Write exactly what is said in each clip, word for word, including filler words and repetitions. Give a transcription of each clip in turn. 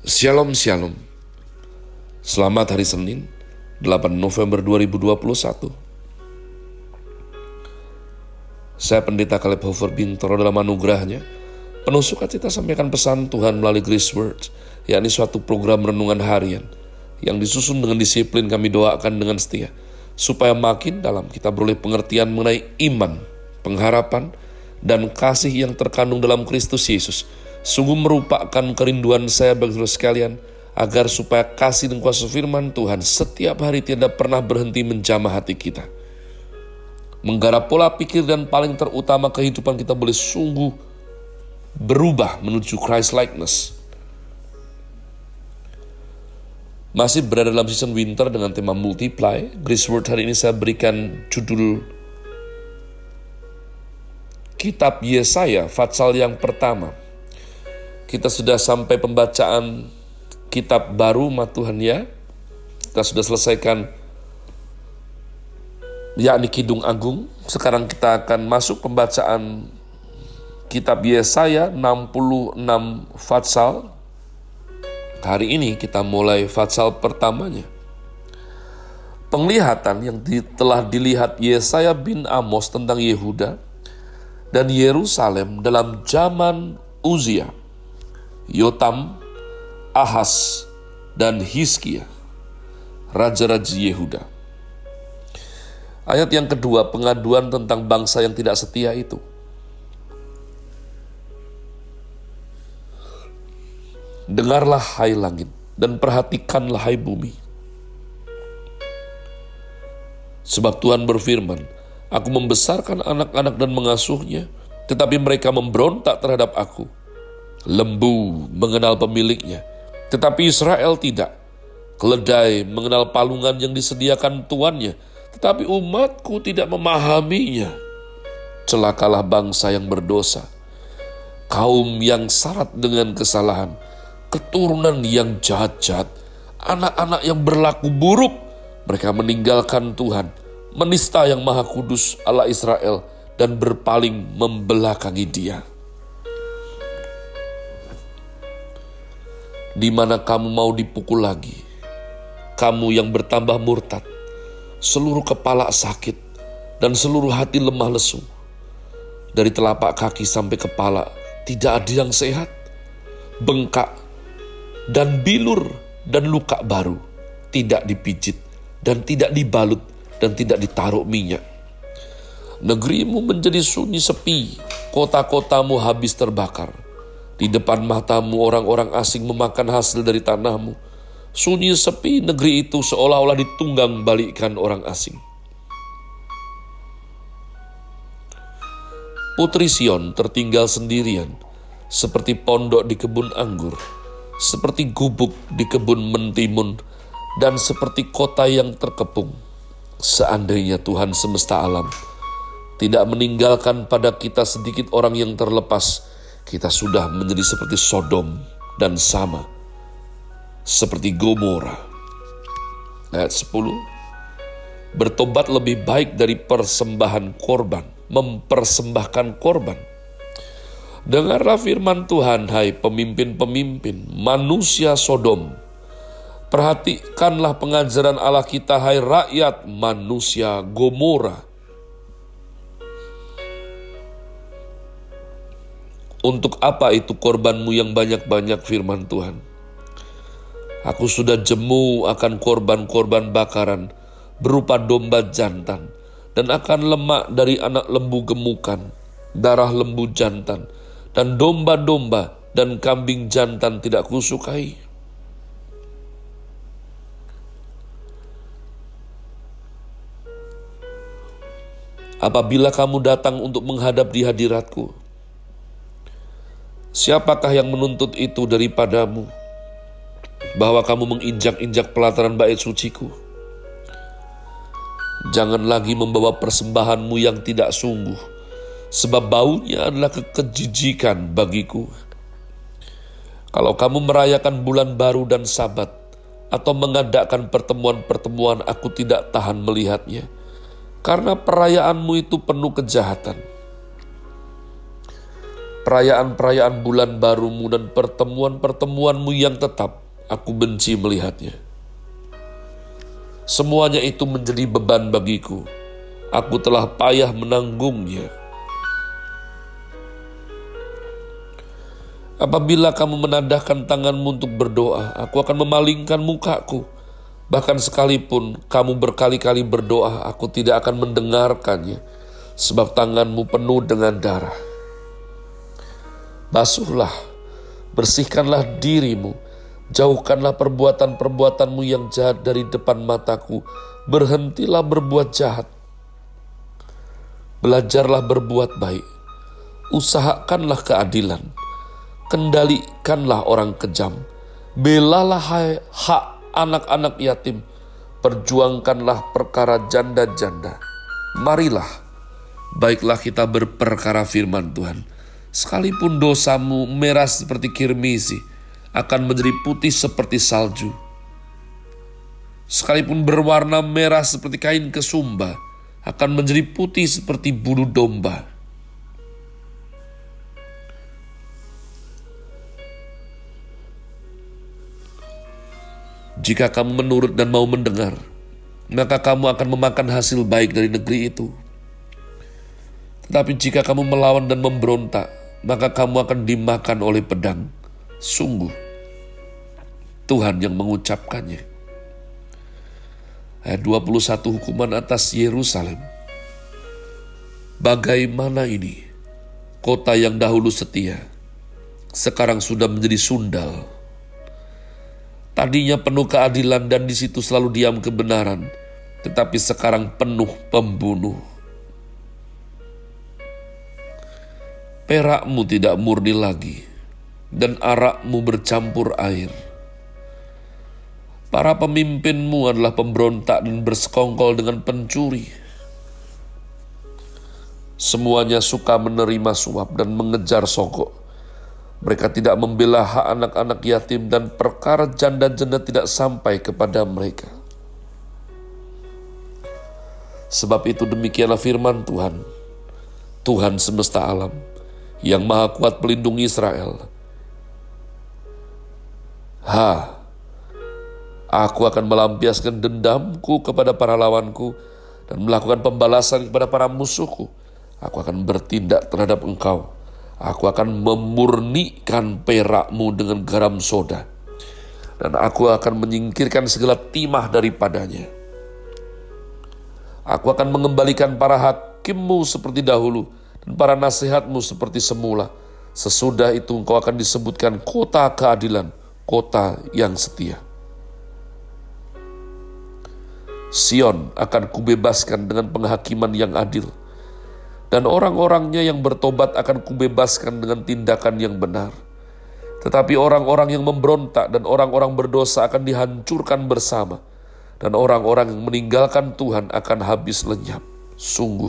Shalom Shalom. Selamat hari Senin, delapan November dua ribu dua puluh satu. Saya Pendeta Caleb Hofer Bintoro dalam anugerahnya penuh sukacita sampaikan pesan Tuhan melalui Grace Words, yakni suatu program renungan harian yang disusun dengan disiplin. Kami doakan dengan setia supaya makin dalam kita beroleh pengertian mengenai iman, pengharapan, dan kasih yang terkandung dalam Kristus Yesus. Sungguh merupakan kerinduan saya bagi saudara sekalian, agar supaya kasih dan kuasa firman Tuhan setiap hari tidak pernah berhenti menjamah hati kita, menggarap pola pikir, dan paling terutama kehidupan kita boleh sungguh berubah menuju Christ likeness. Masih berada dalam season winter dengan tema multiply. Grace Word hari ini saya berikan judul Kitab Yesaya, Fatsal yang pertama. Kita sudah sampai pembacaan kitab baru, umat Tuhan ya. Kita sudah selesaikan yakni Kidung Agung. Sekarang kita akan masuk pembacaan kitab Yesaya enam puluh enam Fatsal. Hari ini kita mulai Fatsal pertamanya. Penglihatan yang di, telah dilihat Yesaya bin Amos tentang Yehuda dan Yerusalem dalam zaman Uzia, Yotam, Ahaz, dan Hizkia, raja-raja Yehuda. Ayat yang kedua, pengaduan tentang bangsa yang tidak setia itu. Dengarlah hai langit, dan perhatikanlah hai bumi. Sebab Tuhan berfirman, aku membesarkan anak-anak dan mengasuhnya, tetapi mereka memberontak terhadap aku. Lembu mengenal pemiliknya, tetapi Israel tidak. Keledai mengenal palungan yang disediakan tuannya, tetapi umatku tidak memahaminya. Celakalah bangsa yang berdosa, kaum yang syarat dengan kesalahan, keturunan yang jahat-jahat, anak-anak yang berlaku buruk. Mereka meninggalkan Tuhan, menista yang Maha Kudus Allah Israel, dan berpaling membelakangi Dia. Di mana kamu mau dipukul lagi, kamu yang bertambah murtad, seluruh kepala sakit, dan seluruh hati lemah lesu. Dari telapak kaki sampai kepala tidak ada yang sehat, bengkak, dan bilur, dan luka baru, tidak dipijit, dan tidak dibalut, dan tidak ditaruh minyak. Negerimu menjadi sunyi sepi, kota-kotamu habis terbakar. Di depan matamu orang-orang asing memakan hasil dari tanahmu. Sunyi sepi negeri itu seolah-olah ditunggang balikkan orang asing. Putri Sion tertinggal sendirian, seperti pondok di kebun anggur, seperti gubuk di kebun mentimun, dan seperti kota yang terkepung. Seandainya Tuhan semesta alam tidak meninggalkan pada kita sedikit orang yang terlepas, kita sudah menjadi seperti Sodom dan sama seperti Gomora. Ayat sepuluh. Bertobat lebih baik dari persembahan korban, mempersembahkan korban. Dengarlah firman Tuhan, hai pemimpin-pemimpin manusia Sodom. Perhatikanlah pengajaran Allah kita, hai rakyat manusia Gomora. Untuk apa itu korbanmu yang banyak-banyak, firman Tuhan? Aku sudah jemu akan korban-korban bakaran berupa domba jantan, dan akan lemak dari anak lembu gemukan, darah lembu jantan, dan domba-domba dan kambing jantan tidak kusukai. Apabila kamu datang untuk menghadap di hadiratku, siapakah yang menuntut itu daripadamu, bahwa kamu menginjak-injak pelataran bait suciku? Jangan lagi membawa persembahanmu yang tidak sungguh, sebab baunya adalah kekejijikan bagiku. Kalau kamu merayakan bulan baru dan sabat, atau mengadakan pertemuan-pertemuan, aku tidak tahan melihatnya, karena perayaanmu itu penuh kejahatan. Perayaan-perayaan bulan barumu dan pertemuan-pertemuanmu yang tetap, aku benci melihatnya. Semuanya itu menjadi beban bagiku. Aku telah payah menanggungnya. Apabila kamu menadahkan tanganmu untuk berdoa, aku akan memalingkan mukaku. Bahkan sekalipun kamu berkali-kali berdoa, aku tidak akan mendengarkannya, sebab tanganmu penuh dengan darah. Basuhlah, bersihkanlah dirimu, jauhkanlah perbuatan-perbuatanmu yang jahat dari depan mataku. Berhentilah berbuat jahat. Belajarlah berbuat baik. Usahakanlah keadilan. Kendalikanlah orang kejam. Belalah hak anak-anak yatim. Perjuangkanlah perkara janda-janda. Marilah, baiklah kita berperkara firman Tuhan. Sekalipun dosamu merah seperti kirmisi, akan menjadi putih seperti salju. Sekalipun berwarna merah seperti kain kesumba, akan menjadi putih seperti bulu domba. Jika kamu menurut dan mau mendengar, maka kamu akan memakan hasil baik dari negeri itu. Tetapi jika kamu melawan dan memberontak, maka kamu akan dimakan oleh pedang. Sungguh, Tuhan yang mengucapkannya. Ayat dua puluh satu, hukuman atas Yerusalem. Bagaimana ini? Kota yang dahulu setia, sekarang sudah menjadi sundal. Tadinya penuh keadilan dan di situ selalu diam kebenaran, tetapi sekarang penuh pembunuh. Perakmu tidak murni lagi, dan arakmu bercampur air. Para pemimpinmu adalah pemberontak dan bersekongkol dengan pencuri. Semuanya suka menerima suap dan mengejar sogok. Mereka tidak membela hak anak-anak yatim dan perkara janda-janda tidak sampai kepada mereka. Sebab itu demikianlah firman Tuhan, Tuhan semesta alam, yang maha kuat pelindung Israel. Ha, aku akan melampiaskan dendamku kepada para lawanku dan melakukan pembalasan kepada para musuhku. Aku akan bertindak terhadap engkau. Aku akan memurnikan perakmu dengan garam soda, dan aku akan menyingkirkan segala timah daripadanya. Aku akan mengembalikan para hakimmu seperti dahulu, dan para nasihatmu seperti semula. Sesudah itu engkau akan disebutkan kota keadilan, kota yang setia. Sion akan kubebaskan dengan penghakiman yang adil, dan orang-orangnya yang bertobat akan kubebaskan dengan tindakan yang benar. Tetapi orang-orang yang memberontak dan orang-orang berdosa akan dihancurkan bersama, dan orang-orang yang meninggalkan Tuhan akan habis lenyap. Sungguh,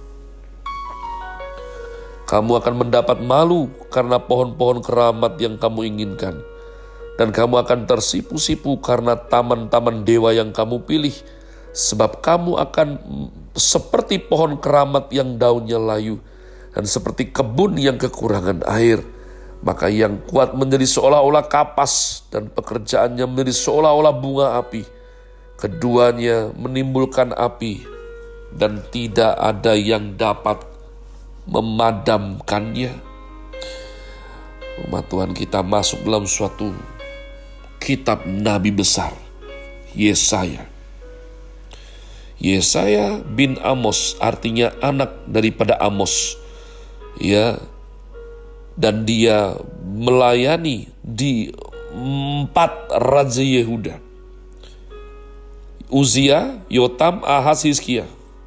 kamu akan mendapat malu karena pohon-pohon keramat yang kamu inginkan, dan kamu akan tersipu-sipu karena taman-taman dewa yang kamu pilih, sebab kamu akan seperti pohon keramat yang daunnya layu, dan seperti kebun yang kekurangan air. Maka yang kuat menjadi seolah-olah kapas, dan pekerjaannya menjadi seolah-olah bunga api. Keduanya menimbulkan api, dan tidak ada yang dapat memadamkannya. Umat Tuhan kita masuk dalam suatu kitab Nabi besar, Yesaya. Yesaya bin Amos artinya anak daripada Amos, ya, dan dia melayani di empat raja Yehuda: Uzia, Yotam, Ahaz, Hizkia.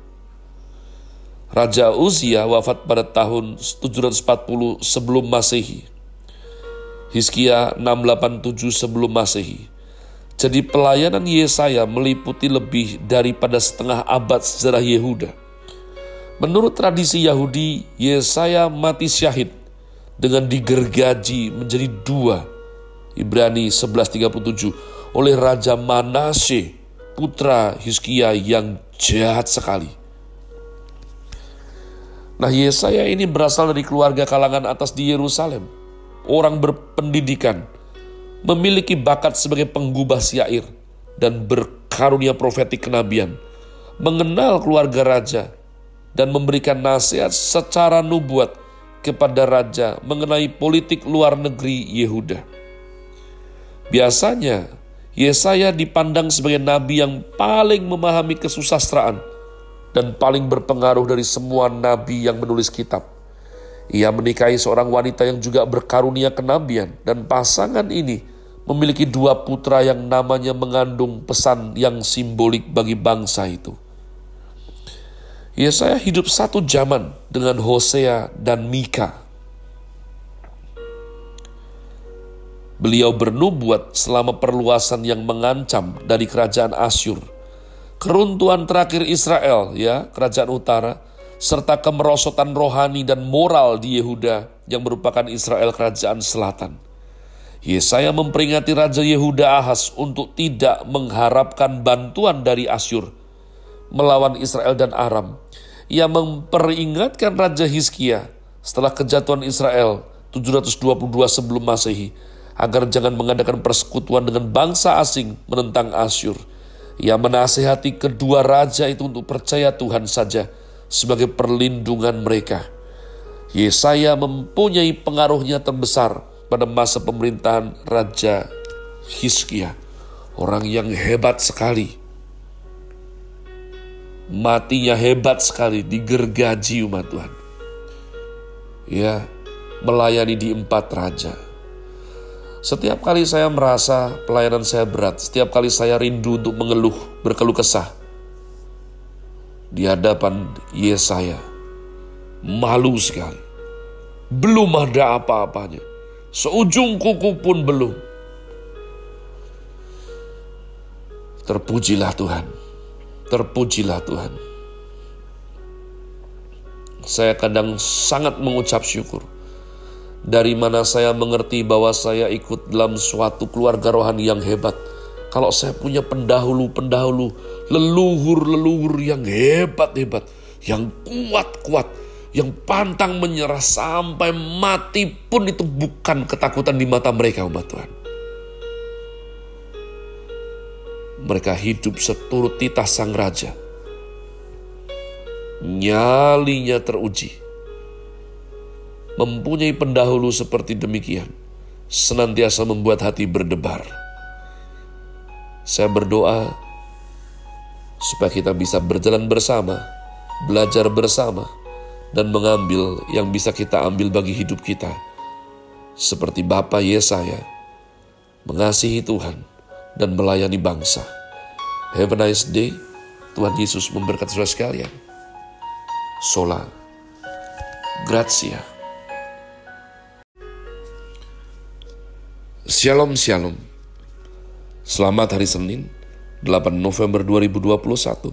Raja Uzia wafat pada tahun tujuh ratus empat puluh sebelum Masehi. Hizkia enam ratus delapan puluh tujuh sebelum Masehi. Jadi pelayanan Yesaya meliputi lebih daripada setengah abad sejarah Yehuda. Menurut tradisi Yahudi, Yesaya mati syahid dengan digergaji menjadi dua, Ibrani sebelas tiga puluh tujuh, oleh Raja Manasye, putra Hizkia yang jahat sekali. Nah, Yesaya ini berasal dari keluarga kalangan atas di Yerusalem. Orang berpendidikan, memiliki bakat sebagai penggubah syair, dan berkarunia profetik kenabian, mengenal keluarga raja, dan memberikan nasihat secara nubuat kepada raja mengenai politik luar negeri Yehuda. Biasanya, Yesaya dipandang sebagai nabi yang paling memahami kesusastraan dan paling berpengaruh dari semua nabi yang menulis kitab. Ia menikahi seorang wanita yang juga berkarunia kenabian, dan pasangan ini memiliki dua putra yang namanya mengandung pesan yang simbolik bagi bangsa itu. Yesaya hidup satu zaman dengan Hosea dan Mika. Beliau bernubuat selama perluasan yang mengancam dari kerajaan Asyur, keruntuhan terakhir Israel, ya, kerajaan utara, serta kemerosotan rohani dan moral di Yehuda yang merupakan Israel kerajaan selatan. Yesaya memperingati Raja Yehuda Ahaz untuk tidak mengharapkan bantuan dari Asyur melawan Israel dan Aram. Ia memperingatkan Raja Hizkia setelah kejatuhan Israel tujuh ratus dua puluh dua sebelum Masehi agar jangan mengadakan persekutuan dengan bangsa asing menentang Asyur. Ia menasihati kedua raja itu untuk percaya Tuhan saja sebagai perlindungan mereka. Yesaya mempunyai pengaruhnya terbesar pada masa pemerintahan Raja Hizkia, orang yang hebat sekali. Matinya hebat sekali, digergaji umat Tuhan. Ya, melayani di empat raja. Setiap kali saya merasa pelayanan saya berat, setiap kali saya rindu untuk mengeluh, berkeluh kesah di hadapan Yesaya, malu sekali. Belum ada apa-apanya, seujung kuku pun belum. Terpujilah Tuhan, terpujilah Tuhan. Saya kadang sangat mengucap syukur. Dari mana saya mengerti bahwa saya ikut dalam suatu keluarga rohani yang hebat. Kalau saya punya pendahulu-pendahulu, leluhur-leluhur yang hebat-hebat, yang kuat-kuat, yang pantang menyerah sampai mati pun itu bukan ketakutan di mata mereka, umat Tuhan. Mereka hidup seturut titah sang raja. Nyalinya teruji. Mempunyai pendahulu seperti demikian, senantiasa membuat hati berdebar. Saya berdoa supaya kita bisa berjalan bersama, belajar bersama, dan mengambil yang bisa kita ambil bagi hidup kita. Seperti Bapa Yesaya, mengasihi Tuhan dan melayani bangsa. Have a nice day. Tuhan Yesus memberkati saudara sekalian. Sola Gratia. Shalom Shalom. Selamat hari Senin, delapan November dua ribu dua puluh satu.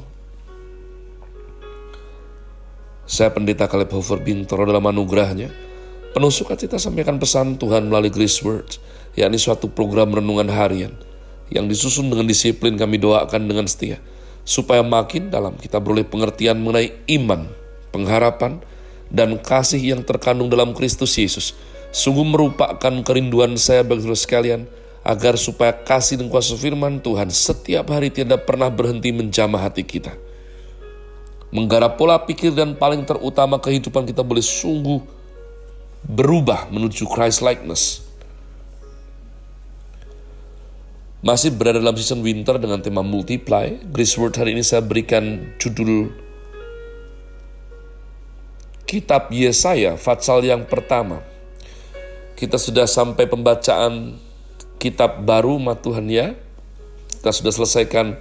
Saya Pendeta Caleb Hofer Bintoro dalam anugerahnya penuh sukacita sampaikan pesan Tuhan melalui Grace Word, yakni suatu program renungan harian yang disusun dengan disiplin. Kami doakan dengan setia supaya makin dalam kita beroleh pengertian mengenai iman, pengharapan, dan kasih yang terkandung dalam Kristus Yesus. Sungguh merupakan kerinduan saya bagi saudara sekalian, agar supaya kasih dan kuasa firman Tuhan setiap hari tidak pernah berhenti menjamah hati kita. Menggarap pola pikir dan paling terutama kehidupan kita boleh sungguh berubah menuju Christ likeness. Masih berada dalam season winter dengan tema multiply. Grace Word hari ini saya berikan judul Kitab Yesaya, Fatsal yang pertama. Kita sudah sampai pembacaan kitab baru, umat Tuhan ya. Kita sudah selesaikan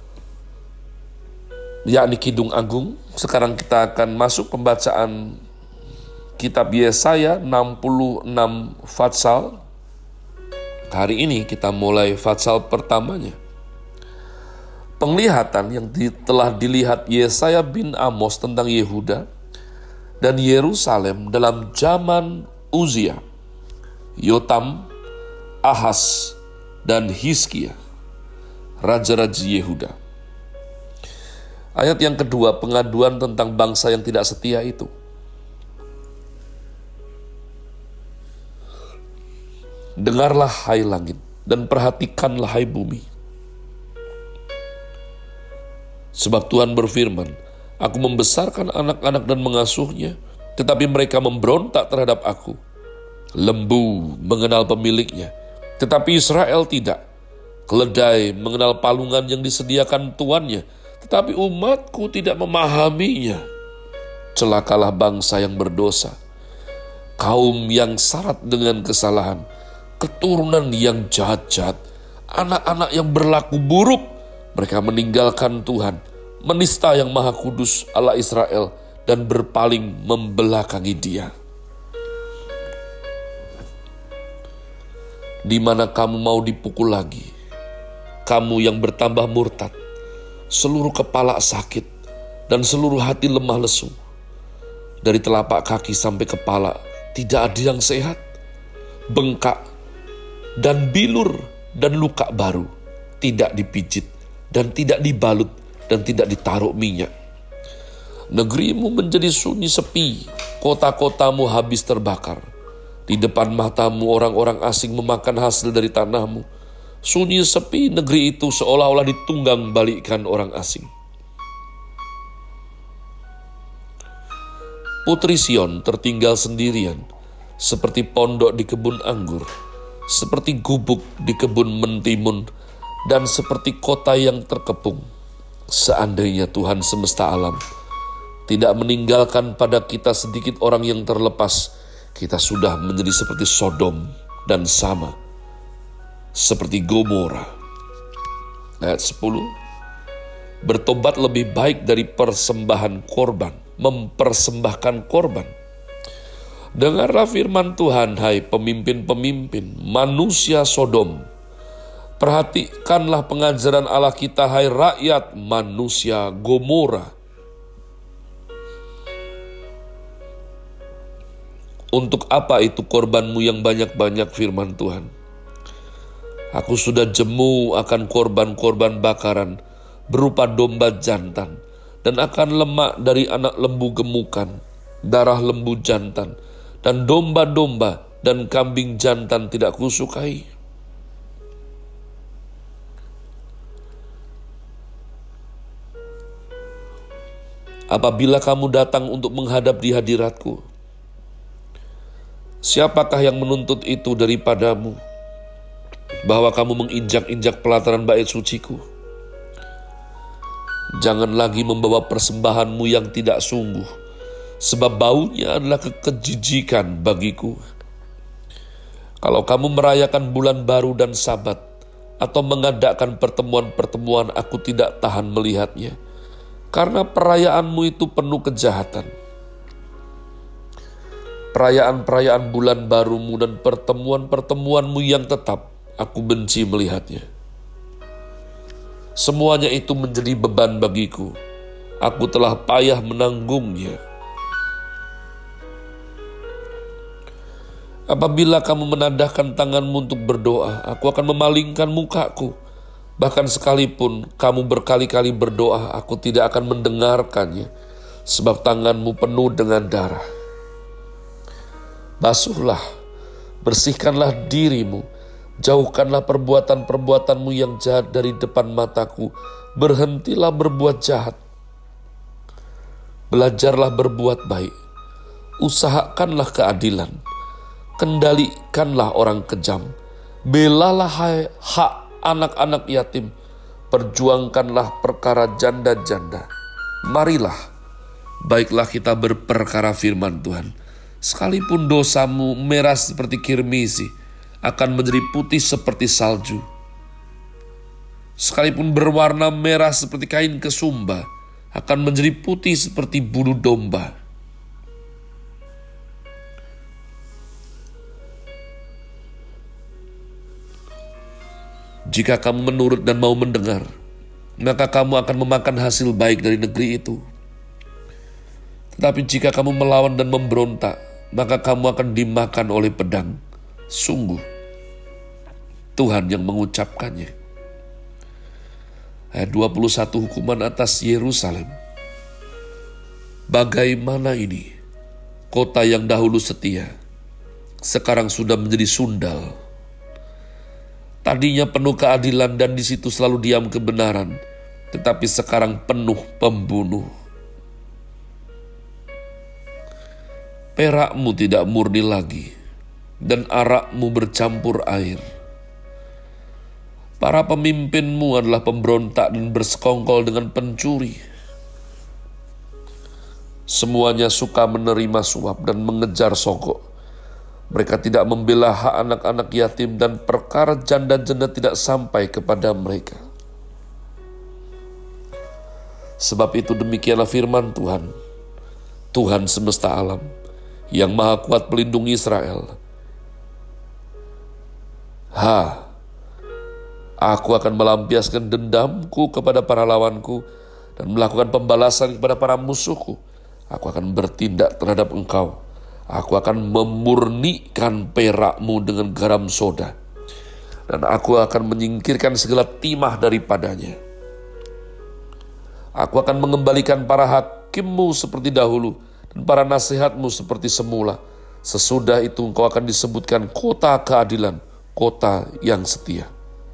yakni Kidung Agung. Sekarang kita akan masuk pembacaan kitab Yesaya enam puluh enam Fatsal. Hari ini kita mulai Fatsal pertamanya. Penglihatan yang di, telah dilihat Yesaya bin Amos tentang Yehuda dan Yerusalem dalam zaman Uzia, Yotam, Ahaz, dan Hizkia, raja-raja Yehuda. Ayat yang kedua, pengaduan tentang bangsa yang tidak setia itu. Dengarlah hai langit, dan perhatikanlah hai bumi. Sebab Tuhan berfirman, aku membesarkan anak-anak dan mengasuhnya, tetapi mereka memberontak terhadap aku. Lembu mengenal pemiliknya, tetapi Israel tidak. Keledai mengenal palungan yang disediakan tuannya, tetapi umatku tidak memahaminya. Celakalah bangsa yang berdosa, kaum yang syarat dengan kesalahan, keturunan yang jahat-jahat, anak-anak yang berlaku buruk. Mereka meninggalkan Tuhan, menista yang Maha Kudus Allah Israel, dan berpaling membelakangi Dia. Di mana kamu mau dipukul lagi, kamu yang bertambah murtad, seluruh kepala sakit, dan seluruh hati lemah lesu. Dari telapak kaki sampai kepala, tidak ada yang sehat. Bengkak, dan bilur, dan luka baru, tidak dipijit, dan tidak dibalut, dan tidak ditaruh minyak. Negerimu menjadi sunyi sepi, kota-kotamu habis terbakar. Di depan matamu orang-orang asing memakan hasil dari tanahmu. Sunyi sepi negeri itu seolah-olah ditunggang balikkan orang asing. Putri Sion tertinggal sendirian, seperti pondok di kebun anggur, seperti gubuk di kebun mentimun, dan seperti kota yang terkepung. Seandainya Tuhan semesta alam tidak meninggalkan pada kita sedikit orang yang terlepas, kita sudah menjadi seperti Sodom dan sama seperti Gomora. Ayat sepuluh. Bertobat lebih baik dari persembahan korban, mempersembahkan korban. Dengarlah firman Tuhan, hai pemimpin-pemimpin manusia Sodom. Perhatikanlah pengajaran Allah kita, hai rakyat manusia Gomora. Untuk apa itu korbanmu yang banyak-banyak, firman Tuhan? Aku sudah jemu akan korban-korban bakaran berupa domba jantan, dan akan lemak dari anak lembu gemukan, darah lembu jantan, dan domba-domba dan kambing jantan tidak kusukai. Apabila kamu datang untuk menghadap di hadiratku, siapakah yang menuntut itu daripadamu, bahwa kamu menginjak-injak pelataran bait suciku? Jangan lagi membawa persembahanmu yang tidak sungguh, sebab baunya adalah kekejijikan bagiku. Kalau kamu merayakan bulan baru dan sabat, atau mengadakan pertemuan-pertemuan, aku tidak tahan melihatnya, karena perayaanmu itu penuh kejahatan. Perayaan-perayaan bulan barumu dan pertemuan-pertemuanmu yang tetap, aku benci melihatnya. Semuanya itu menjadi beban bagiku. Aku telah payah menanggungnya. Apabila kamu menadahkan tanganmu untuk berdoa, aku akan memalingkan mukaku. Bahkan sekalipun kamu berkali-kali berdoa, aku tidak akan mendengarkannya, sebab tanganmu penuh dengan darah. Basuhlah, bersihkanlah dirimu, jauhkanlah perbuatan-perbuatanmu yang jahat dari depan mataku. Berhentilah berbuat jahat. Belajarlah berbuat baik. Usahakanlah keadilan. Kendalikanlah orang kejam. Belalah hak anak-anak yatim. Perjuangkanlah perkara janda-janda. Marilah, baiklah kita berperkara firman Tuhan. Sekalipun dosamu merah seperti kirmisi, akan menjadi putih seperti salju. Sekalipun berwarna merah seperti kain kesumba, akan menjadi putih seperti bulu domba. Jika kamu menurut dan mau mendengar, maka kamu akan memakan hasil baik dari negeri itu. Tetapi jika kamu melawan dan memberontak, maka kamu akan dimakan oleh pedang. Sungguh, Tuhan yang mengucapkannya. Ayat dua puluh satu, hukuman atas Yerusalem. Bagaimana ini, kota yang dahulu setia, sekarang sudah menjadi sundal. Tadinya penuh keadilan dan di situ selalu diam kebenaran, tetapi sekarang penuh pembunuh. Perakmu tidak murni lagi, dan arakmu bercampur air. Para pemimpinmu adalah pemberontak dan bersekongkol dengan pencuri. Semuanya suka menerima suap dan mengejar sogok. Mereka tidak membela hak anak-anak yatim dan perkara janda-janda tidak sampai kepada mereka. Sebab itu demikianlah firman Tuhan, Tuhan semesta alam, yang maha kuat pelindung Israel. Ha, aku akan melampiaskan dendamku kepada para lawanku dan melakukan pembalasan kepada para musuhku. Aku akan bertindak terhadap engkau. Aku akan memurnikan perakmu dengan garam soda, dan aku akan menyingkirkan segala timah daripadanya. Aku akan mengembalikan para hakimmu seperti dahulu, dan para nasihatmu seperti semula. Sesudah itu engkau akan disebutkan kota keadilan, kota yang setia.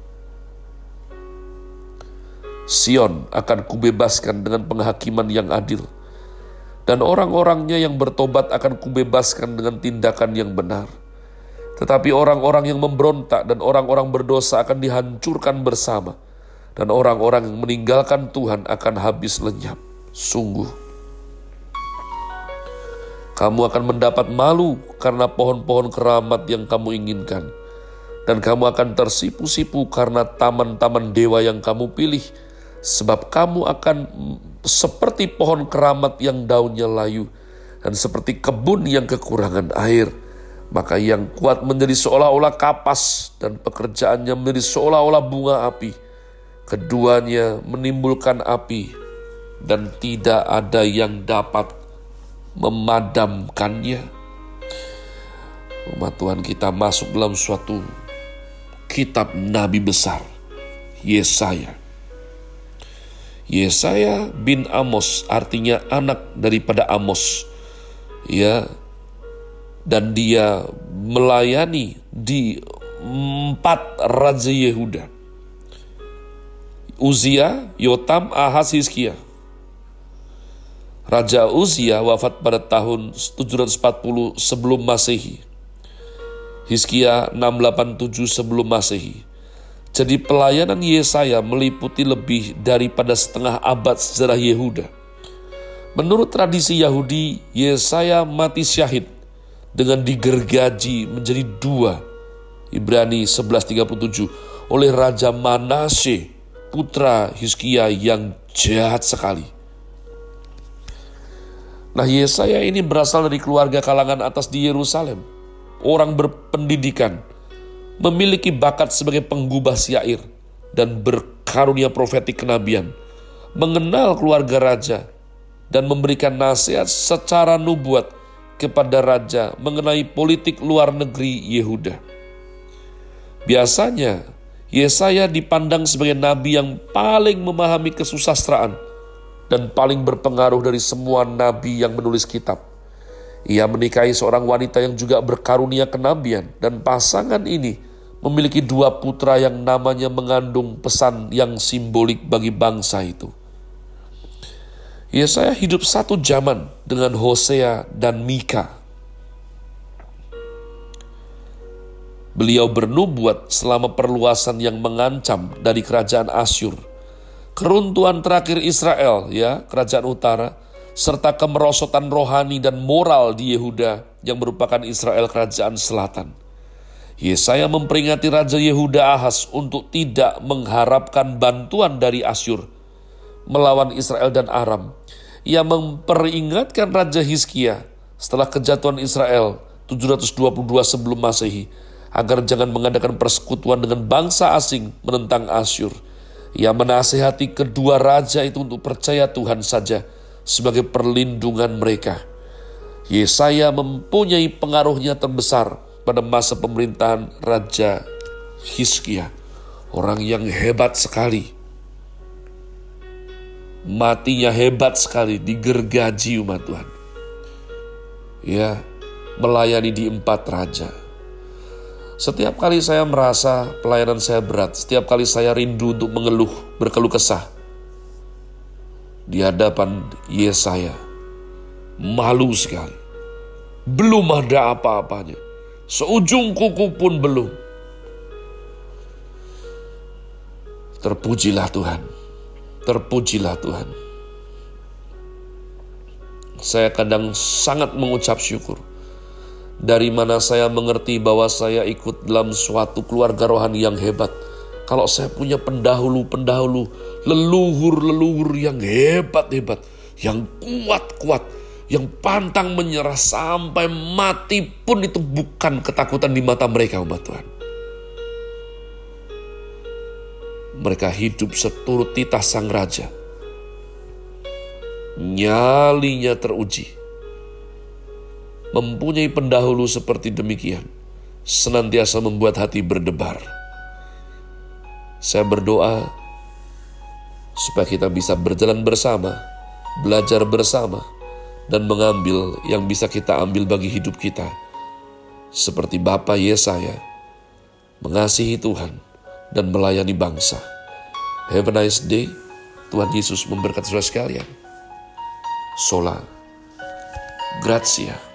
Sion akan kubebaskan dengan penghakiman yang adil, dan orang-orangnya yang bertobat akan kubebaskan dengan tindakan yang benar. Tetapi orang-orang yang memberontak dan orang-orang berdosa akan dihancurkan bersama, dan orang-orang yang meninggalkan Tuhan akan habis lenyap. Sungguh, kamu akan mendapat malu karena pohon-pohon keramat yang kamu inginkan, dan kamu akan tersipu-sipu karena taman-taman dewa yang kamu pilih, sebab kamu akan seperti pohon keramat yang daunnya layu, dan seperti kebun yang kekurangan air. Maka yang kuat menjadi seolah-olah kapas, dan pekerjaannya menjadi seolah-olah bunga api. Keduanya menimbulkan api, dan tidak ada yang dapat memadamkannya. Umat Tuhan kita masuk dalam suatu kitab Nabi besar, Yesaya. Yesaya bin Amos artinya anak daripada Amos, ya, dan dia melayani di empat raja Yehuda: Uzia, Yotam, Ahaz, Hizkia. Raja Uzia wafat pada tahun tujuh ratus empat puluh sebelum Masehi. Hizkia enam ratus delapan puluh tujuh sebelum Masehi. Jadi pelayanan Yesaya meliputi lebih daripada setengah abad sejarah Yehuda. Menurut tradisi Yahudi, Yesaya mati syahid dengan digergaji menjadi dua, Ibrani sebelas tiga puluh tujuh, oleh Raja Manasye, putra Hizkia yang jahat sekali. Nah, Yesaya ini berasal dari keluarga kalangan atas di Yerusalem, orang berpendidikan, memiliki bakat sebagai penggubah syair, dan berkarunia profetik kenabian, mengenal keluarga raja, dan memberikan nasihat secara nubuat kepada raja mengenai politik luar negeri Yehuda. Biasanya, Yesaya dipandang sebagai nabi yang paling memahami kesusastraan dan paling berpengaruh dari semua nabi yang menulis kitab. Ia menikahi seorang wanita yang juga berkarunia kenabian, dan pasangan ini memiliki dua putra yang namanya mengandung pesan yang simbolik bagi bangsa itu. Yesaya hidup satu zaman dengan Hosea dan Mika. Beliau bernubuat selama perluasan yang mengancam dari kerajaan Asyur, keruntuhan terakhir Israel, ya, kerajaan utara, serta kemerosotan rohani dan moral di Yehuda yang merupakan Israel kerajaan selatan. Yesaya memperingati Raja Yehuda Ahaz untuk tidak mengharapkan bantuan dari Asyur melawan Israel dan Aram. Ia memperingatkan Raja Hizkia setelah kejatuhan Israel tujuh ratus dua puluh dua sebelum Masehi agar jangan mengadakan persekutuan dengan bangsa asing menentang Asyur. Ia menasihati kedua raja itu untuk percaya Tuhan saja sebagai perlindungan mereka. Yesaya mempunyai pengaruhnya terbesar pada masa pemerintahan Raja Hizkia, orang yang hebat sekali. Matinya hebat sekali, digergaji umat Tuhan. Ya, melayani di empat raja. Setiap kali saya merasa pelayanan saya berat, setiap kali saya rindu untuk mengeluh, berkeluh kesah, di hadapan Yesaya, malu sekali. Belum ada apa-apanya. Seujung kuku pun belum. Terpujilah Tuhan. Terpujilah Tuhan. Saya kadang sangat mengucap syukur. Dari mana saya mengerti bahwa saya ikut dalam suatu keluarga rohani yang hebat. Kalau saya punya pendahulu-pendahulu, leluhur-leluhur yang hebat-hebat, yang kuat-kuat, yang pantang menyerah sampai mati pun itu bukan ketakutan di mata mereka, umat Tuhan. Mereka hidup seturut titah sang raja. Nyalinya teruji. Mempunyai pendahulu seperti demikian, senantiasa membuat hati berdebar. Saya berdoa supaya kita bisa berjalan bersama, belajar bersama, dan mengambil yang bisa kita ambil bagi hidup kita. Seperti Bapa Yesaya, mengasihi Tuhan dan melayani bangsa. Have a nice day. Tuhan Yesus memberkati saudara sekalian. Sola Gratia.